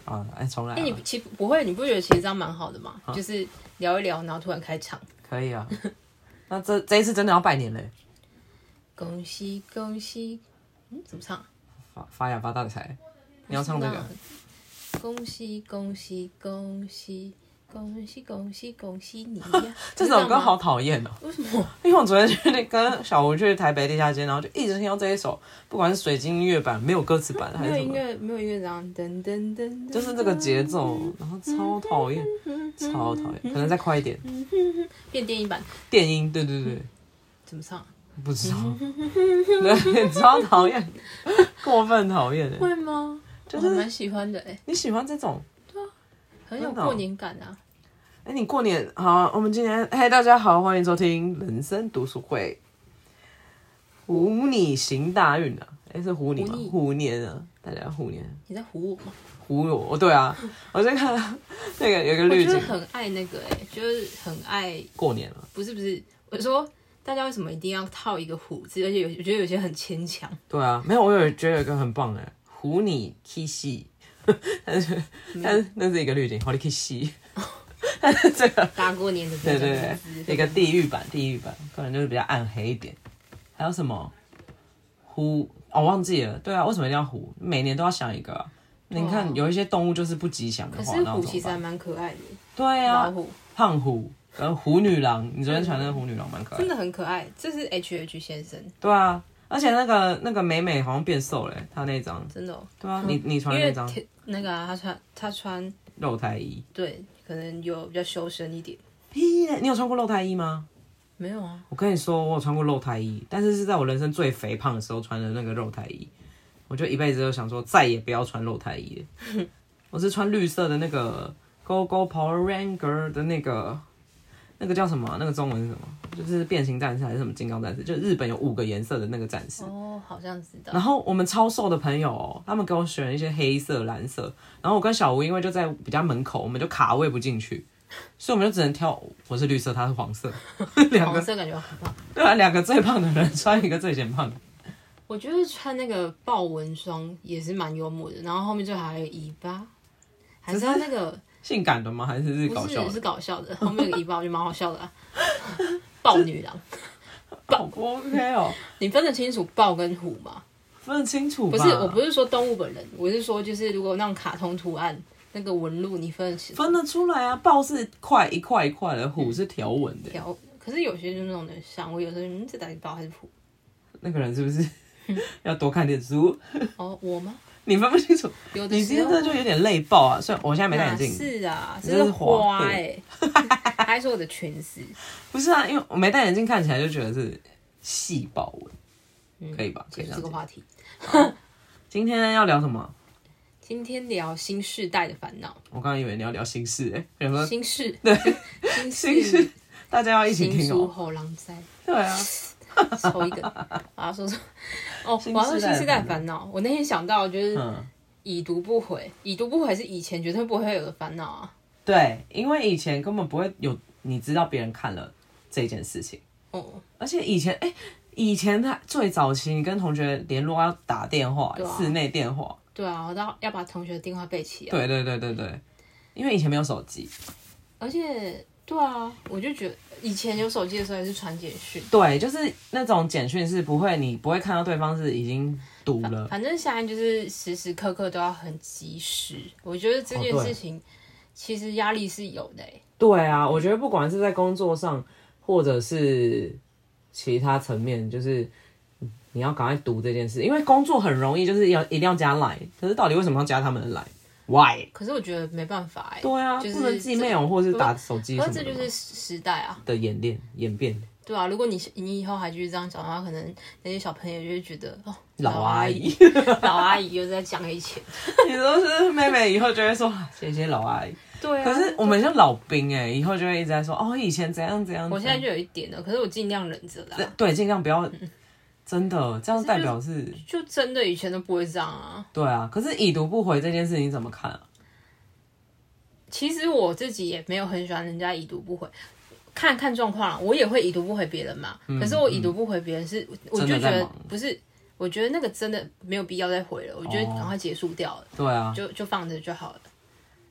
啊，重来。 你其实不会，你不觉得其实这样蛮好的吗？就是聊一聊，然后突然开场。 可以啊。那这一次真的要拜年嘞！ 恭喜恭喜，怎么唱？ 发呀发大财！你要唱这个？ 恭喜恭喜恭喜恭喜恭喜恭喜你呀！ 这首歌好讨厌哦。 为什么？ 因为我昨天去跟小吴去台北地下街，然后就一直听到这一首，不管是水晶音乐版、没有歌词版还是什么， 没有音乐这样噔噔噔， 就是这个节奏，然后超讨厌，超讨厌，可能再快一点。 变电音版。 电音，对对对。 怎么唱？ 不知道。对，超讨厌，过分讨厌。 会吗？就是蛮喜欢的你喜欢这种？ 对啊，很有过年感啊。 你过年好，我们今天大家好，欢迎收听人生读书会。虎你行大运啊！是虎你吗？虎年啊，大家虎年。 你在唬我吗？ 唬我？对啊，我在看那个有个滤镜， 我就是很爱那个就是很爱过年了。不是，我说大家为什么一定要套一个虎字？而且我觉得有些很牵强。 对啊，没有，我觉得有一个很棒虎你 kiss， 但是那是一个滤镜，好你 kiss。这个大过年的， 对，一个地狱版，可能就是比较暗黑一点。还有什么虎？我忘记了。对啊，为什么一定要虎？每年都要想一个啊。你看有一些动物就是不吉祥的话， 可是虎其实还蛮可爱的。 对啊， 老虎、 胖虎跟虎女郎，你昨天传那个虎女郎蛮可爱的， 真的很可爱。这是 H 先生。 对啊，而且那个美美好像变瘦了，她那张真的。 对啊，你传的那张那个他穿肉胎衣， 对，可能有比较修身一点。 你有穿过肉胎衣吗？ 没有啊。 我跟你说，我有穿过肉胎衣，但是是在我人生最肥胖的时候穿的那个肉胎衣。我就一辈子都想说，再也不要穿肉胎衣了。我是穿绿色的那个 Go Go Power Ranger 的那个叫什么？那个中文是什么？就是变形战士还是什么金刚战士？就日本有5个颜色的那个战士。 哦，好像知道。 然后我们超瘦的朋友他们给我选一些黑色、蓝色。然后我跟小吴因为就在比较门口，我们就卡位不进去，所以我们就只能挑。我是绿色，他是黄色， 黄色感觉很胖。 对啊，2个最胖的人穿一个最显胖的。 我觉得穿那个豹纹装也是蛮幽默的，然后后面就还有尾巴，还是要那个性感的吗？还是搞笑的？ 不是搞笑的，后面有个尾巴我觉得蛮好笑的啊。豹女郎， 好不 OK 哦？ 你分得清楚豹跟虎吗？ 分得清楚吧？ 不是，我不是说动物本人，我是说就是如果那种卡通图案那个纹路，你分得清楚？ 分得出来啊！豹是一块一块的，虎是条纹的。 可是有些就是那种的像，我有时候这到底豹还是虎？ 那个人是不是要多看点书？ 哦，我吗？ 你分不清楚， 有的你今天这就有点累爆啊！虽然我现在没戴眼镜， 是啊，这是花还是我的裙子？ 不是啊，因为我没戴眼镜，看起来就觉得是细豹纹，可以吧？可以这个话题。 今天要聊什么？ 今天聊新世代的烦恼。 我刚刚以为你要聊心事心事对，心事，大家要一起听哦。 新书后浪灾。 对啊。 抽一个啊，说哦，我要说新世代烦恼。我那天想到就是已读不回，已读不回是以前绝对不会有的烦恼啊。 对，因为以前根本不会有你知道别人看了这件事情。而且以前他最早期，你跟同学联络要打电话，室内电话。 对啊，我要把同学的电话背起来。 对，因为以前没有手机， 而且。对啊，我就觉得以前有手机的时候也是传简讯。 对，就是那种简讯是你不会看到对方是已经读了。 反正现在就是时时刻刻都要很及时。我觉得这件事情其实压力是有的对啊，我觉得不管是在工作上或者是其他层面，就是你要赶快读这件事，因为工作很容易就是一定要加 Line， 可是到底为什么要加他们的 Line？Why？ 可是我觉得没办法对啊，就是不能寄 mail 或是打手机什么的。 可是这就是时代啊的演变。 对啊，如果你以后还继续这样讲的话，可能那些小朋友就会觉得老阿姨， 老阿姨又在讲以前。 你都是妹妹，以后就会说谢谢老阿姨。 对啊。 可是我们像老兵以后就会一直在说以前怎样怎样。 我现在就有一点了，可是我尽量忍着啦。 对，尽量不要。真的，这样代表是就真的以前都不会这样啊。 对啊，可是已读不回这件事你怎么看啊？ 其实我自己也没有很喜欢人家已读不回，看状况啦，我也会已读不回别人嘛。可是我已读不回别人是，我就觉得不是，我觉得那个真的没有必要再回了，我觉得赶快结束掉了。 对啊， 就放着就好了。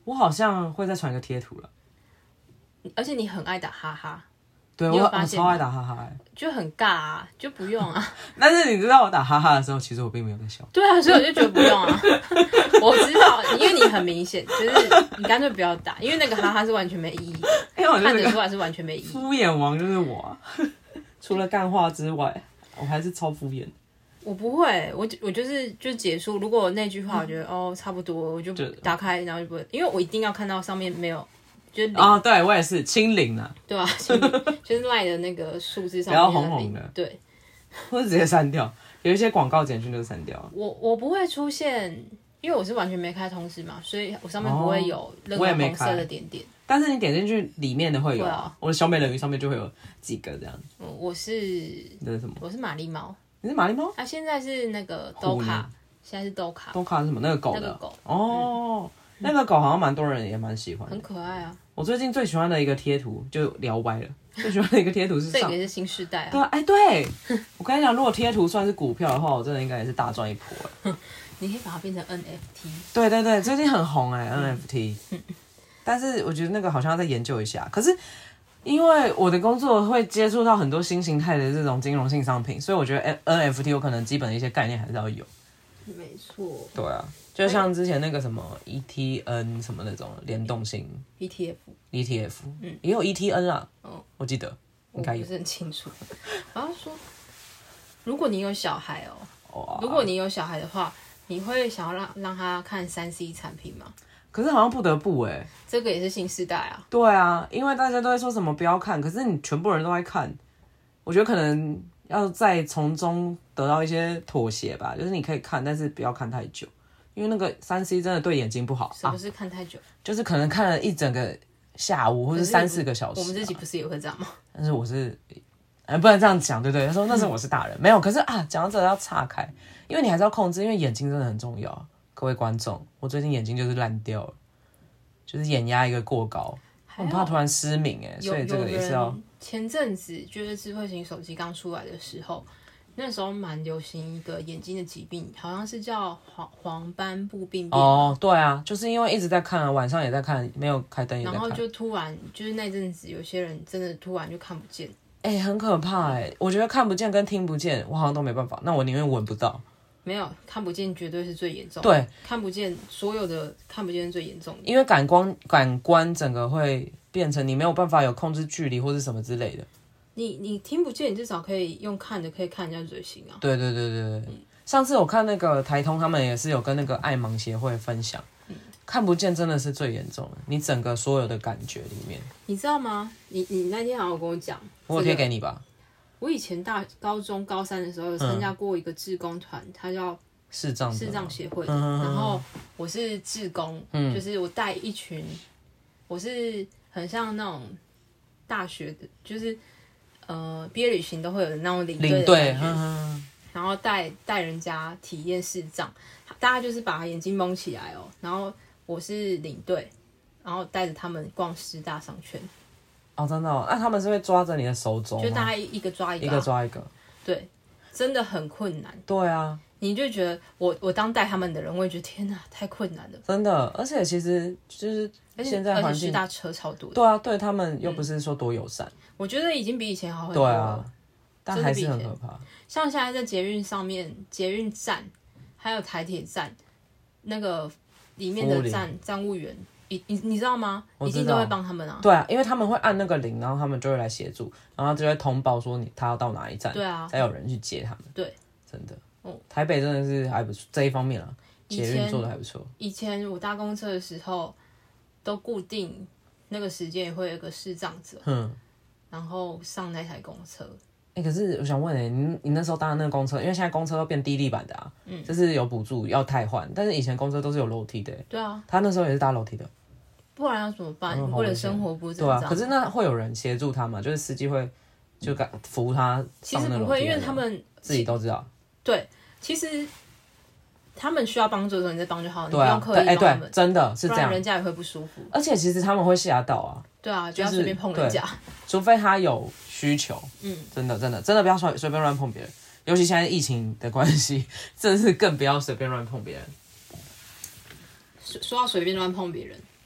我好像会再传一个贴图了。 而且你很爱打哈哈。 对，我超爱打哈哈、欸， 就很尬啊，就不用啊。 但是你知道我打哈哈的时候，其实我并没有在笑。 对啊，所以我就觉得不用啊。我知道，因为你很明显，就是你干脆不要打，因为那个哈哈是完全没意义的，看得出来是完全没意义。 敷衍王就是我、啊，除了干话之外，我还是超敷衍。 我不会，我就是就结束。如果那句话我觉得差不多，我就打开，然后就不会，因为我一定要看到上面没有。就是对我也是清零啊， 对啊，就是赖的那个数字上面不要红红的， 对， 或者直接删掉，有一些广告简讯就删掉。 我不会出现，因为我是完全没开通知嘛，所以我上面不会有任何红色的点点。 但是你点进去里面的会有啊，我的小美人鱼上面就会有几个这样。 我是你是什么？ 我是玛丽猫。 你是玛丽猫？ 啊，现在是那个兜卡，现在是兜卡。 兜卡是什么？那个狗的。 那个狗哦。那个狗好像蛮多人也蛮喜欢的， 很可爱啊。 我最近最喜欢的一个贴图就聊歪了，最喜欢的一个贴图是这个也是新世代啊。 对，哎，对，我跟你讲，如果贴图算是股票的话，我真的应该也是大赚一波了。 你可以把它变成 NFT。 对对对，最近很红NFT。但是我觉得那个好像要再研究一下。可是因为我的工作会接触到很多新形态的这种金融性商品，所以我觉得 NFT 有可能基本的一些概念还是要有。 没错。 对啊。就像之前那个什么 ETN 什么那种联动性 ETF， 也有 ETN 啦，我记得应该有， 我不是很清楚。然后说，如果你有小孩如果你有小孩的话，你会想要让他看3C 产品吗？ 可是好像不得不这个也是新时代啊。 对啊，因为大家都会说什么不要看，可是你全部人都在看，我觉得可能要再从中得到一些妥协吧，就是你可以看，但是不要看太久。因为那个3C 真的对眼睛不好。 什么是看太久？就是可能看了一整个下午，或是3-4个小时。 我们自己不是也会这样吗？ 但是我是，不能这样讲，对不对？他说那是我是大人，没有。可是讲到这要岔开，因为你还是要控制，因为眼睛真的很重要。各位观众，我最近眼睛就是烂掉了，就是眼压一个过高，我很怕突然失明所以这个也是要。 前阵子就是智慧型手机刚出来的时候。那时候蛮流行一个眼睛的疾病，好像是叫黄斑部病变。 对啊，就是因为一直在看晚上也在看，没有开灯也在看。 然后就突然就是那阵子，有些人真的突然就看不见。 很可怕我觉得看不见跟听不见，我好像都没办法。那我宁愿闻不到。 没有，看不见绝对是最严重的。 对， 看不见，所有的看不见是最严重的。 因为感官整个会变成你没有办法有控制距离或是什么之类的。 你听不见，你至少可以用看的，可以看人家嘴型啊。 对对对对对。上次我看那个台通，他们也是有跟那个爱盲协会分享，看不见真的是最严重的，你整个所有的感觉里面。 你知道吗？你那天好像有跟我讲， 我有贴给你吧。 我以前高中高3的时候有参加过一个志工团，它叫视障协会的，然后我是志工，就是我带一群，我是很像那种大学的，就是毕业旅行都会有那种领队的感觉，然后带人家体验视障，大家就是把眼睛蒙起来然后我是领队，然后带着他们逛师大商圈。 真的那他们是会抓着你的手肘吗？ 就大概一个抓一个， 一个抓一个。对， 真的很困难。 对啊， 你就觉得我当带他们的人，我也觉得天哪，太困难了。 真的，而且其实就是现在环境， 师大车超多的。 对啊，对他们又不是说多友善。 我觉得已经比以前好很多了。 对啊，但还是很可怕。 像现在在捷运上面，捷运站还有台铁站那个里面的站务员。你知道吗？一定都会帮他们啊。 对啊，因为他们会按那个铃，然后他们就会来协助，然后就会通报说他要到哪一站， 对啊， 才有人去接他们。 对， 真的。台北真的是还不错这一方面啊，捷运做的还不错。 以前我搭公车的时候，都固定那个时间也会有个视障者，然后上那台公车。 可是我想问你那时候搭的那个公车，因为现在公车都变低立版的啊，就是有补助要汰换，但是以前公车都是有楼梯的。 对啊， 他那时候也是搭楼梯的。 不然要怎么办？为了生活不是对啊，可是那会有人协助他嘛？就是司机会就扶他上那楼梯。 其实不会，因为他们自己都知道。 对，其实他们需要帮助的时候你再帮就好，你不用刻意帮他们。 对，真的是这样， 不然人家也会不舒服。 而且其实他们会吓到啊。 对啊，就要随便碰人家， 除非他有需求。真的不要随便乱碰别人，尤其现在疫情的关系，真的是更不要随便乱碰别人。 说到随便乱碰别人，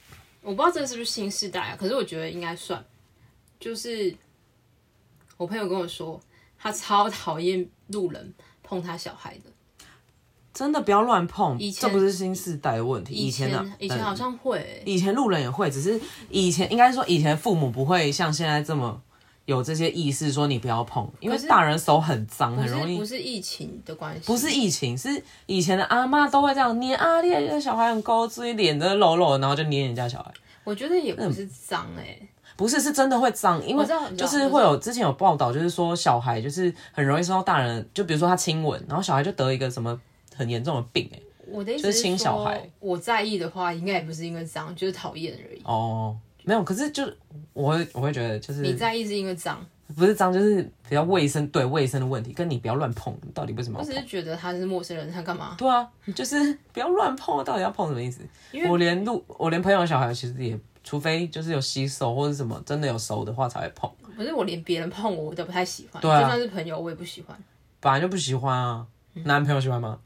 我不知道这是不是新世代啊，可是我觉得应该算。就是我朋友跟我说，他超讨厌路人碰他小孩的。 真的不要乱碰，这不是新世代的问题。 以前好像会、 以前路人也会，只是以前应该说以前父母不会像现在这么有这些意识，说你不要碰，因为大人手很脏，很容易。 不是疫情的关系， 不是疫情，是以前的阿嬷都会这样捏啊，捏的小孩很勾，自己脸的肉肉，然后就捏人家小孩。 我觉得也不是脏不是，是真的会脏，因为就是会有之前有报道，就是说小孩就是很容易受到大人，就比如说他亲吻，然后小孩就得一个什么很严重的病我的意思是亲小孩， 我在意的话，应该也不是因为脏，就是讨厌而已。 哦，没有，可是就我会觉得就是你在意是因为脏， 不是脏就是比较卫生，对卫生的问题，跟你不要乱碰，到底为什么要碰？ 我只是觉得他是陌生人，他干嘛？ 对啊，你就是不要乱碰，到底要碰什么意思？我连朋友的小孩其实也，除非就是有洗手或者什么真的有熟的话才会碰。 可是我连别人碰我都不太喜欢， 对啊， 就算是朋友我也不喜欢。 本来就不喜欢啊，男朋友喜欢吗？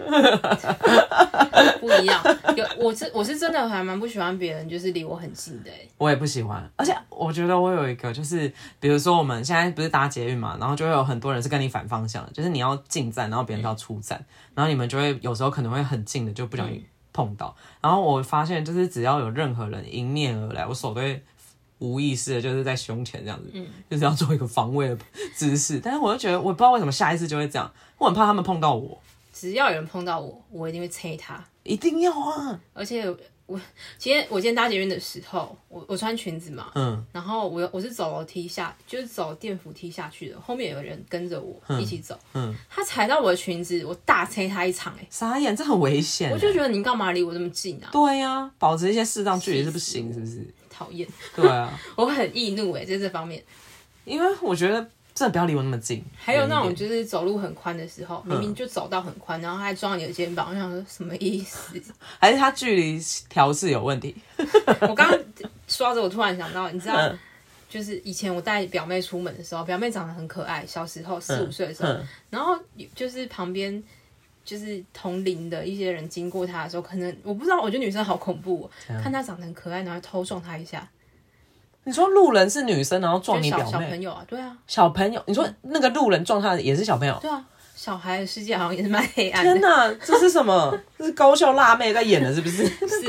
不一样，我是真的还蛮不喜欢别人就是离我很近的我也不喜欢，而且我觉得我有一个就是，比如说我们现在不是搭捷运嘛，然后就会有很多人是跟你反方向的，就是你要进站，然后别人要出站，然后你们就会有时候可能会很近的就不小心碰到，然后我发现就是只要有任何人迎面而来，我手都会无意识的就是在胸前这样子，就是要做一个防卫的姿势，但是我就觉得我不知道为什么下意识就会这样，我很怕他们碰到我。 只要有人碰到我，我一定会催他， 一定要啊！ 而且我今天搭捷运的时候，我穿裙子嘛，然后我是走楼梯下，就是走电扶梯下去的，后面有人跟着我一起走，他踩到我的裙子，我大催他一场， 傻眼，这很危险， 我就觉得你干嘛离我这么近啊？ 对呀，保持一些适当距离是不行，是不是？ 讨厌， 对啊， 我很易怒在这方面， 因为我觉得。真的不要离我那么近。 还有那种就是走路很宽的时候，明明就走到很宽，然后他还撞你的肩膀，我想说什么意思？ 还是他距离调试有问题？ 我刚刚刷着，我突然想到，你知道，就是以前我带表妹出门的时候，表妹长得很可爱，小时候4、5岁的时候，然后就是旁边就是同龄的一些人经过她的时候，可能我不知道，我觉得女生好恐怖看她长得很可爱，然后偷撞她一下。 你说路人是女生，然后撞你表妹？ 小朋友啊，对啊， 小朋友。你说那个路人撞他的也是小朋友？ 对啊，小孩的世界好像也是蛮黑暗的。 天哪，这是什么？这是高校辣妹在演的，是不是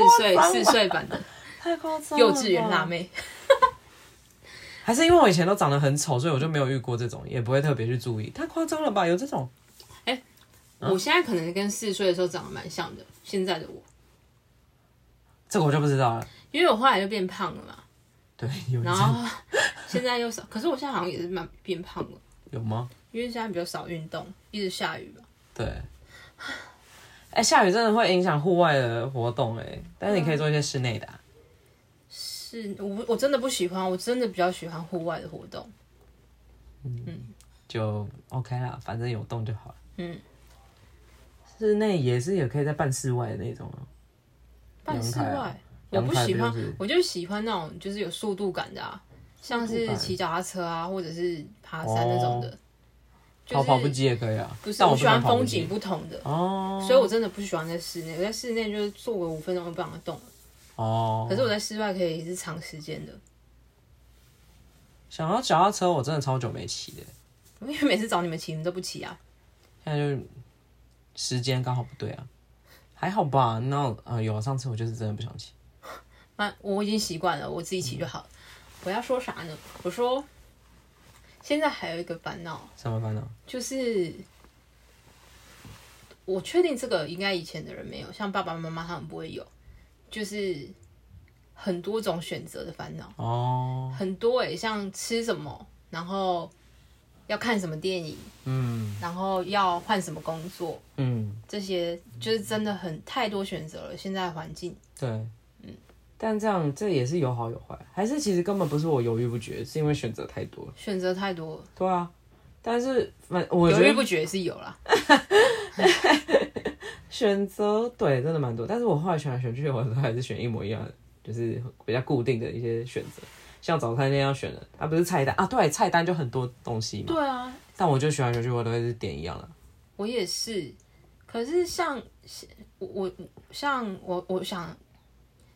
？4岁版的， 太夸张了！ 幼稚园辣妹。 还是因为我以前都长得很丑，所以我就没有遇过这种，也不会特别去注意。太夸张了吧？有这种？ 我现在可能跟4岁的时候长得蛮像的，现在的我。 这个我就不知道了， 因为我后来就变胖了嘛。 对，有。 然后现在又少，可是我现在好像也是蛮变胖了。 有吗？因为现在比较少运动，一直下雨嘛。 对。下雨真的会影响户外的活动但是你可以做一些室内的。 是我真的不喜欢，我真的比较喜欢户外的活动。 就 OK 啦，反正有动就好了。室内也可以在办室外的那种办室外。我不喜欢，我就喜欢那种就是有速度感的像是骑脚踏车啊，或者是爬山那种的。 跑步机也可以啊。 不是，我喜欢风景不同的所以我真的不喜欢在室内。我在室内就是坐个5分钟就不想动了。可是我在室外可以是长时间的。 想要脚踏车，我真的超久没骑的。 因为每次找你们骑，你们都不骑啊。 现在就时间刚好不对啊。还好吧，有上次我就是真的不想骑。 我已经习惯了，我自己骑就好了。我要说啥呢？我说现在还有一个烦恼。 什么烦恼？ 就是我确定这个应该以前的人没有，像爸爸妈妈他们不会有，就是很多种选择的烦恼很多像吃什么，然后要看什么电影，然后要换什么工作，这些就是真的太多选择了。现在的环境， 对。但这也是有好有坏，还是其实根本不是我犹豫不决，是因为选择太多了。 选择太多了。 对啊，但是我觉得犹豫不决是有啦。 选择对真的蛮多，但是我后来选来选去，我都还是选一模一样的，就是比较固定的一些选择。像早餐店要选的不是菜单对，菜单就很多东西嘛。 对啊。 但我就选来选去，我都会是点一样的。 我也是，可是像我想。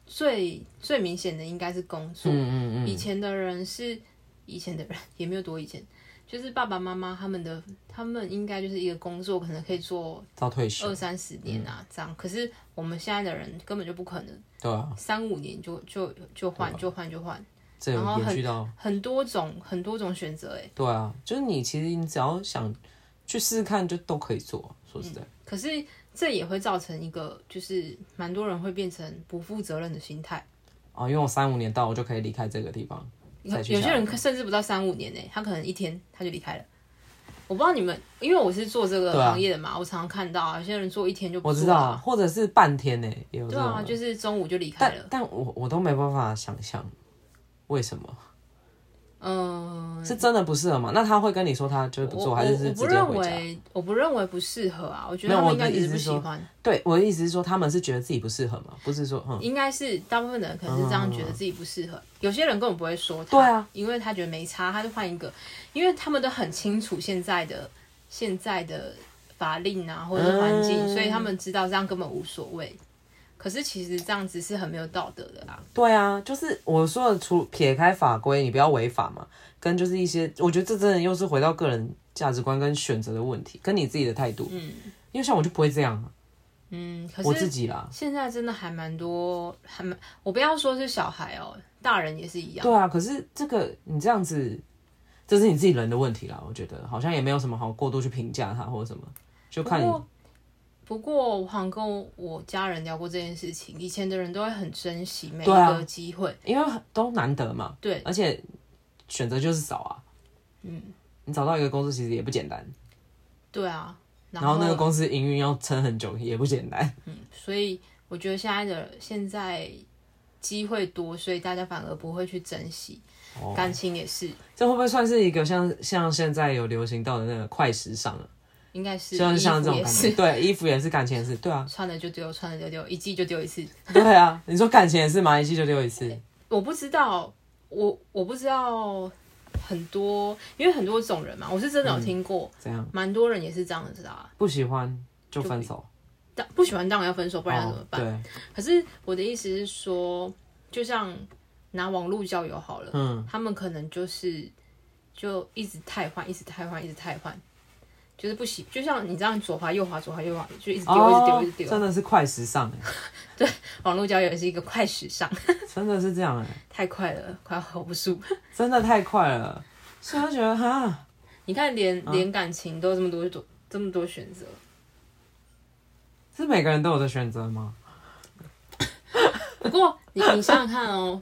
最明显的应该是工作。以前的人也没有多以前，就是爸爸妈妈他们应该就是一个工作可能可以做到退休 20-30年啊，这样。可是我们现在的人根本就不可能， 对啊 ，3-5年就换， 这有延续到很多种选择哎。 对啊，就是你其实你只要想去试试看，就都可以做。说实在， 可是这也会造成一个，就是蛮多人会变成不负责任的心态。 因为我3-5年到，我就可以离开这个地方。 有些人甚至不到3-5年呢，他可能1天他就离开了。我不知道你们，因为我是做这个行业的嘛，我常常看到有些人做1天就不做。 我知道，或者是半天呢，也有这种。 对啊，就是中午就离开了。 但我都没办法想象为什么。是真的不适合吗？那他会跟你说他就是不做，还是直接回家？ 我不认为不适合啊，我觉得他们应该只是不喜欢。 对，我的意思是说，他们是觉得自己不适合吗？不是说， 应该是大部分的人可能是这样觉得自己不适合。有些人根本不会说他， 对啊， 因为他觉得没差，他就换一个，因为他们都很清楚现在的法令啊，或者是环境，所以他们知道这样根本无所谓。可是其实这样子是很没有道德的啦。 对啊，就是我说的，除撇开法规，你不要违法嘛，跟就是一些，我觉得这真的又是回到个人价值观跟选择的问题，跟你自己的态度。因为像我就不会这样啊。可是我自己啦， 现在真的还蛮多，我不要说是小孩哦，大人也是一样。 对啊，可是这个你这样子，这是你自己人的问题啦。我觉得好像也没有什么好过度去评价他或者什么，就看你。 不过我好像跟我家人聊过这件事情，以前的人都会很珍惜每一个机会， 因为都难得嘛。 对， 而且选择就是少啊。你找到一个公司其实也不简单。 对啊， 然后那个公司营运要撑很久也不简单。 所以我觉得现在机会多，所以大家反而不会去珍惜。感情也是， 这会不会算是一个像现在有流行到的那个快时尚啊？ 应该是， 像这种感觉，对，衣服也是，感情也是，对啊， 穿了就丢，穿了就丢，一季就丢一次。 对啊，你说感情也是吗？一季就丢一次？ 我不知道，我不知道很多，因为很多种人嘛，我是真的有听过， 怎样？ 蛮多人也是这样子的啊， 不喜欢就分手， 不喜欢当然要分手，不然要怎么办？ 对。 可是我的意思是说，就像拿网络交友好了，他们可能就一直汰换，一直汰换，一直汰换。就是不喜，就像你这样左滑右滑，左滑右滑，就一直丢，一直丢，一直丢， 真的是快时尚对，网络交友也是一个快时尚， 真的是这样太快了，快要 hold 不住， 真的太快了，所以我觉得哈， 你看连感情都有这么多选择， 是每个人都有的选择吗？ 不过你想想看哦，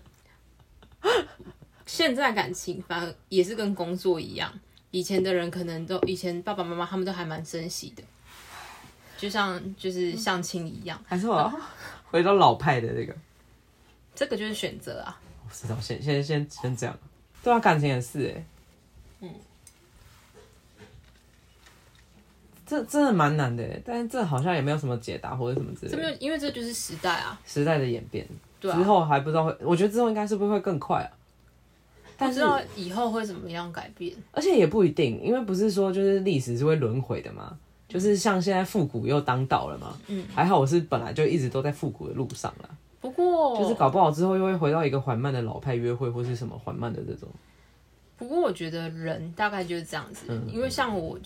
现在感情反而也是跟工作一样。以前的人可能以前爸爸妈妈他们都还蛮珍惜的，就像就是相亲一样。 还是我回到老派的这个就是选择啊。 我知道，先这样。对啊，感情也是这真的蛮难的但是这好像也没有什么解答或者什么之类的。 因为这就是时代啊， 时代的演变。 对啊。 之后还不知道我觉得之后应该是不是会更快啊？ 不知道以后会怎么样改变， 而且也不一定，因为不是说就是历史是会轮回的嘛，就是像现在复古又当道了嘛。还好我是本来就一直都在复古的路上啦。 不过就是搞不好之后又会回到一个缓慢的老派约会或是什么缓慢的这种。 不过我觉得人大概就是这样子，因为像我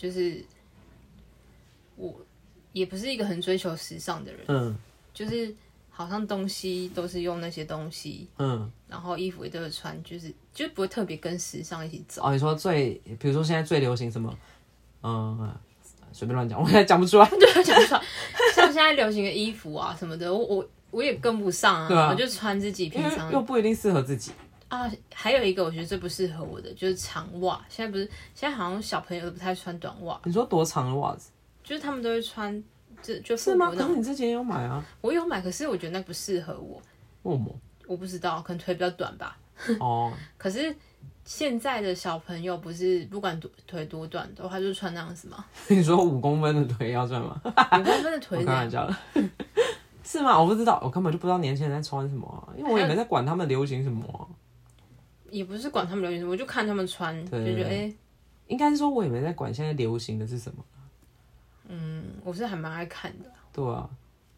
我也不是一个很追求时尚的人，就是好像东西都是用那些东西，然后衣服也都是穿，就是不会特别跟时尚一起走。 你说比如说现在最流行什么？随便乱讲，我现在讲不出来。 对，讲不出来。像现在流行的衣服啊什么的，我也跟不上啊，我就穿自己平常又不一定适合自己啊。还有一个我觉得最不适合我的就是长袜，现在好像小朋友都不太穿短袜。 你说多长的袜子？就是他们都会穿。 是吗？可是你之前有买啊？ 我有买，可是我觉得那不适合我。 为什么？ 我不知道，可能腿比较短吧。可是现在的小朋友不是不管腿多短的话，就穿那样子吗？ 你说5公分的腿要穿吗 ？5公分的腿？ 我开玩笑了。是吗？我不知道，我根本就不知道年轻人在穿什么因为我也没在管他们流行什么也不是管他们流行什么，我就看他们穿，就觉得应该是说我也没在管现在流行的是什么。 我是还蛮爱看的。 对啊，就是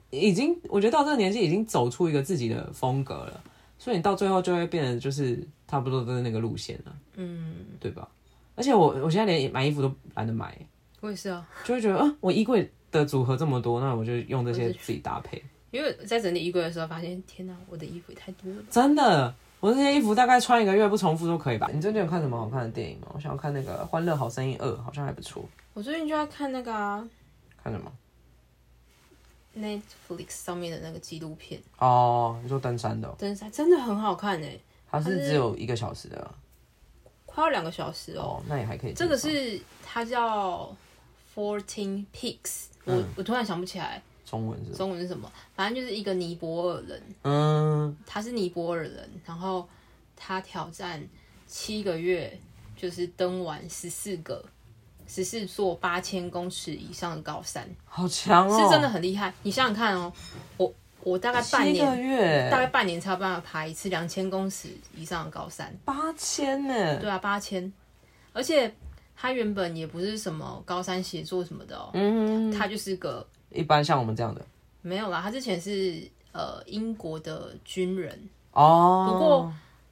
已经我觉得到这个年纪已经走出一个自己的风格了，所以你到最后就会变得就是差不多都是那个路线了，对吧？而且我现在连买衣服都懒得买， 我也是啊， 就会觉得我衣柜的组合这么多，那我就用这些自己搭配。 因为在整理衣柜的时候发现，天哪，我的衣服也太多了， 真的。我这些衣服大概穿1个月不重复都可以吧？你最近有看什么好看的电影吗？我想要看那个《欢乐好声音2》，好像还不错。 我最近就在看那个看什么 ？Netflix 上面的那个纪录片。 哦，你说登山的？ 登山真的很好看诶， 它是只有1个小时的， 快要2个小时哦。 那也还可以。 这个是它叫 14 Peaks，我突然想不起来。中文是什么？反正就是一个尼泊尔人，他是尼泊尔人，然后他挑战7个月，就是登完14座8000公尺以上的高山， 好强哦！ 是真的很厉害。你想想看哦，我大概半年，大概半年才有办法爬一次2000公尺以上的高山 ，8000呢？ 对啊，8000，而且他原本也不是什么高山协作什么的哦，他就是个。 一般像我们这样的没有啦，他之前是英国的军人哦。 不过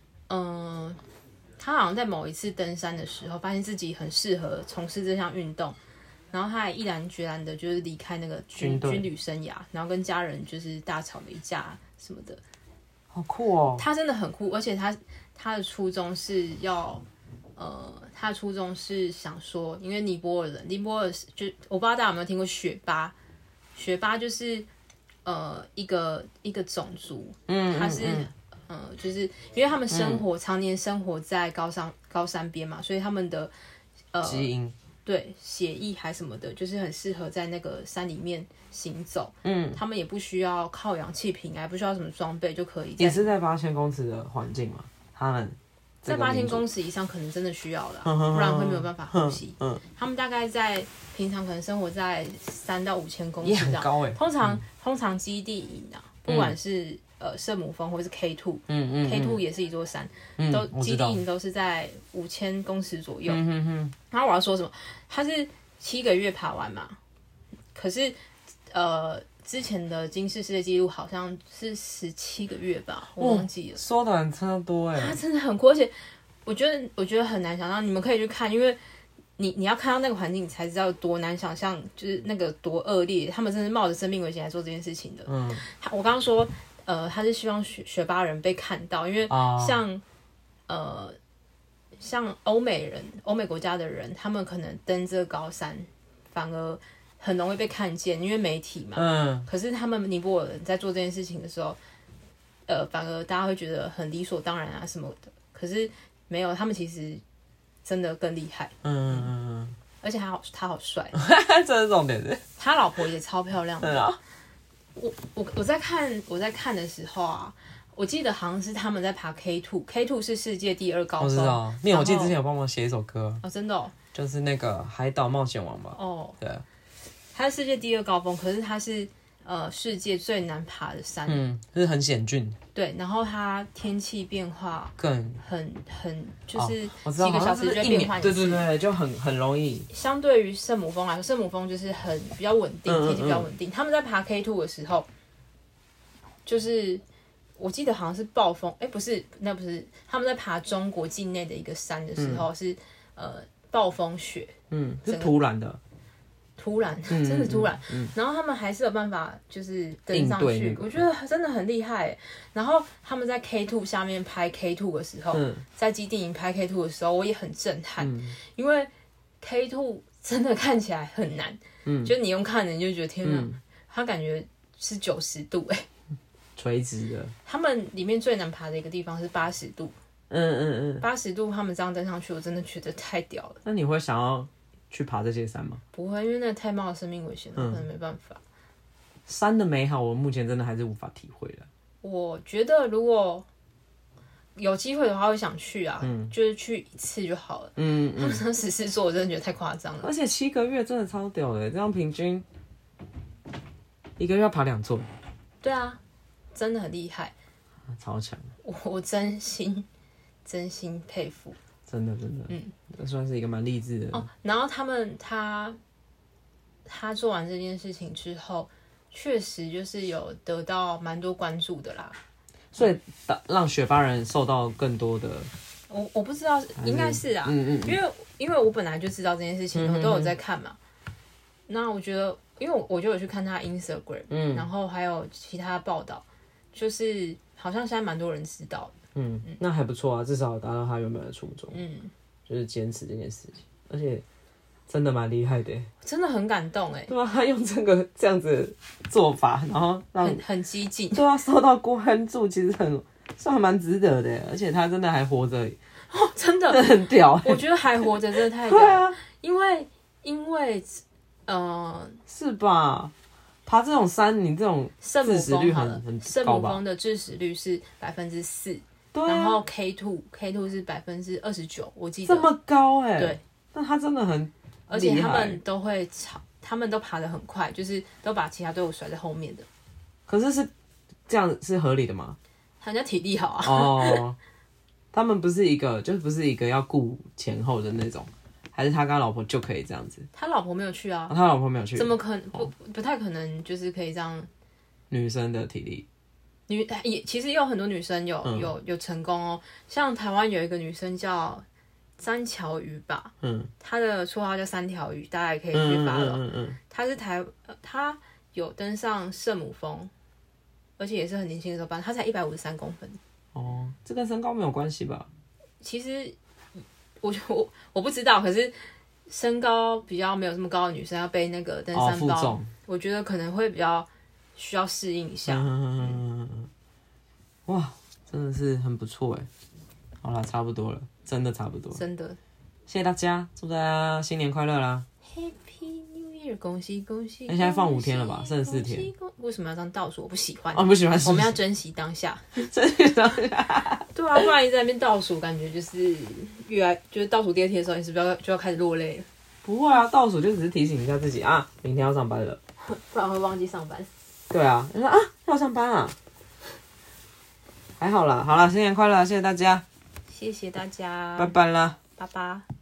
他好像在某一次登山的时候，发现自己很适合从事这项运动，然后他还毅然决然的就是离开那个军旅生涯，然后跟家人就是大吵了一架什么的， 好酷哦！ 他真的很酷，而且他的初衷是要他的初衷是想说，因为尼泊尔就我不知道大家有没有听过雪巴。雪巴就是一个种族，它是就是因为他们常年生活在高山边嘛，所以他们的基因对血液还什么的，就是很适合在那个山里面行走。他们也不需要靠氧气瓶，也不需要什么装备就可以。 也是在8000公尺的环境嘛，他们。 在8000公尺以上可能真的需要啦，不然会没有办法呼吸。他们大概在平常可能生活在3到5000公尺这样， 也很高欸。 通常基地营啊，不管是圣母峰或是 K2，K2 也是一座山，基地营都是在5000公尺左右。然后我要说什么？他是7个月爬完嘛，可是之前的金氏世界纪录好像是17个月吧，我忘记了。 缩短超多哎， 他真的很酷，而且我觉得很难想象，你们可以去看，因为你要看到那个环境，你才知道有多难想象，就是那个多恶劣，他们真是冒着生命危险来做这件事情的。我刚刚说，他是希望雪巴人被看到，因为像欧美国家的人，他们可能登这个高山，反而很容易被看见，因为媒体嘛。可是他们尼泊尔人在做这件事情的时候，反而大家会觉得很理所当然啊什么的。可是没有，他们其实真的更厉害。而且他好帅， 这是重点是。 他老婆也超漂亮的。 啊、 我在看的时候啊，我记得好像是他们在爬 K2 是世界第2高峰。 我知道，我记得之前有帮忙写一首歌。 真的哦。 就是那个海岛冒险王吧。对。 它是世界第2高峰，可是它是世界最难爬的山， 就是很险峻。对， 然后它天气变化很就是几个小时就变换一次， 对，就很容易。 相对于圣母峰来说，圣母峰就是比较稳定，天气比较稳定。他们在爬 K2 的时候，就是我记得好像是暴风，不是，那不是，他们在爬中国境内的一个山的时候是暴风雪， 是突然的。 真的突然，然后他们还是有办法，就是登上去，我觉得真的很厉害。然后他们在 K2 下面拍 K2 的时候，在基地营拍 K2 的时候，我也很震撼，因为 K2 真的看起来很难，就你用看的你就觉得天哪，它感觉是90度垂直的。 他们里面最难爬的一个地方是80度，80度他们这样登上去，我真的觉得太屌了。 那你会想要去爬这些山吗？ 不会，因为那太冒生命危险了，可能没办法。 山的美好，我目前真的还是无法体会的。 我觉得如果有机会的话，会想去啊，就是去1次就好了。他们说14座，我真的觉得太夸张了。 而且7个月真的超屌的，这样平均1个月要爬2座。 对啊，真的很厉害， 超强。 我真心佩服。 真的，这算是一个蛮励志的。 然后他做完这件事情之后， 确实就是有得到蛮多关注的啦。 所以让雪巴人受到更多的， 我不知道，应该是啊，因为我本来就知道这件事情，我都有在看嘛。那我觉得，因为我就有去看他 Instagram，然后还有其他报道，就是好像现在蛮多人知道的。 那还不错啊，至少达到他原本的初衷，就是坚持这件事情，而且真的蛮厉害的， 真的很感动哎。 对啊，他用这样子的做法，然后让很激进， 对啊，受到关注，其实算还蛮值得的，而且他真的还活着， 真的很屌。 我觉得还活着真的太屌了，因为是吧？爬这种山，你这种致死率很高吧？ 圣母峰的致死率是4%，然后 K2 是29%，我记得这么高对， 那他真的很。 而且他们都会他们都爬得很快，就是都把其他队伍甩在后面的。 可是这样是合理的吗？ 人家体力好啊。 哦，他们不是一个要顾前后的那种，还是他跟他老婆就可以这样子？ 他老婆没有去啊。 他老婆没有去， 怎么可能？不太可能，就是可以这样。 女生的体力， 其实也有很多女生有成功哦，像台湾有一个女生叫三条鱼吧，她的绰号叫三条鱼，大家也可以去发了。她有登上圣母峰，而且也是很年轻的时候办，她才153公分。 哦，这跟身高没有关系吧？ 其实我不知道，可是身高比较没有这么高的女生要背那个登山包，我觉得可能会比较需要适应一下。 哇，真的是很不错哎。好啦，差不多了。真的差不多， 真的， 谢谢大家，祝大家新年快乐啦 ！Happy New Year， 恭喜恭喜！ 现在放5天了吧，剩4天。 为什么要这样倒数？我不喜欢。 不喜欢。 我们要珍惜当下， 珍惜当下。 对啊，不然一直在那边倒数，感觉就是就是倒数第2天的时候，你是不是就要开始落泪了？ 不会啊，倒数就只是提醒一下自己啊，明天要上班了， 不然会忘记上班。 对啊，你说啊，要上班啊，还好啦，好啦，新年快乐，谢谢大家。 谢谢大家， 拜拜啦， 拜拜。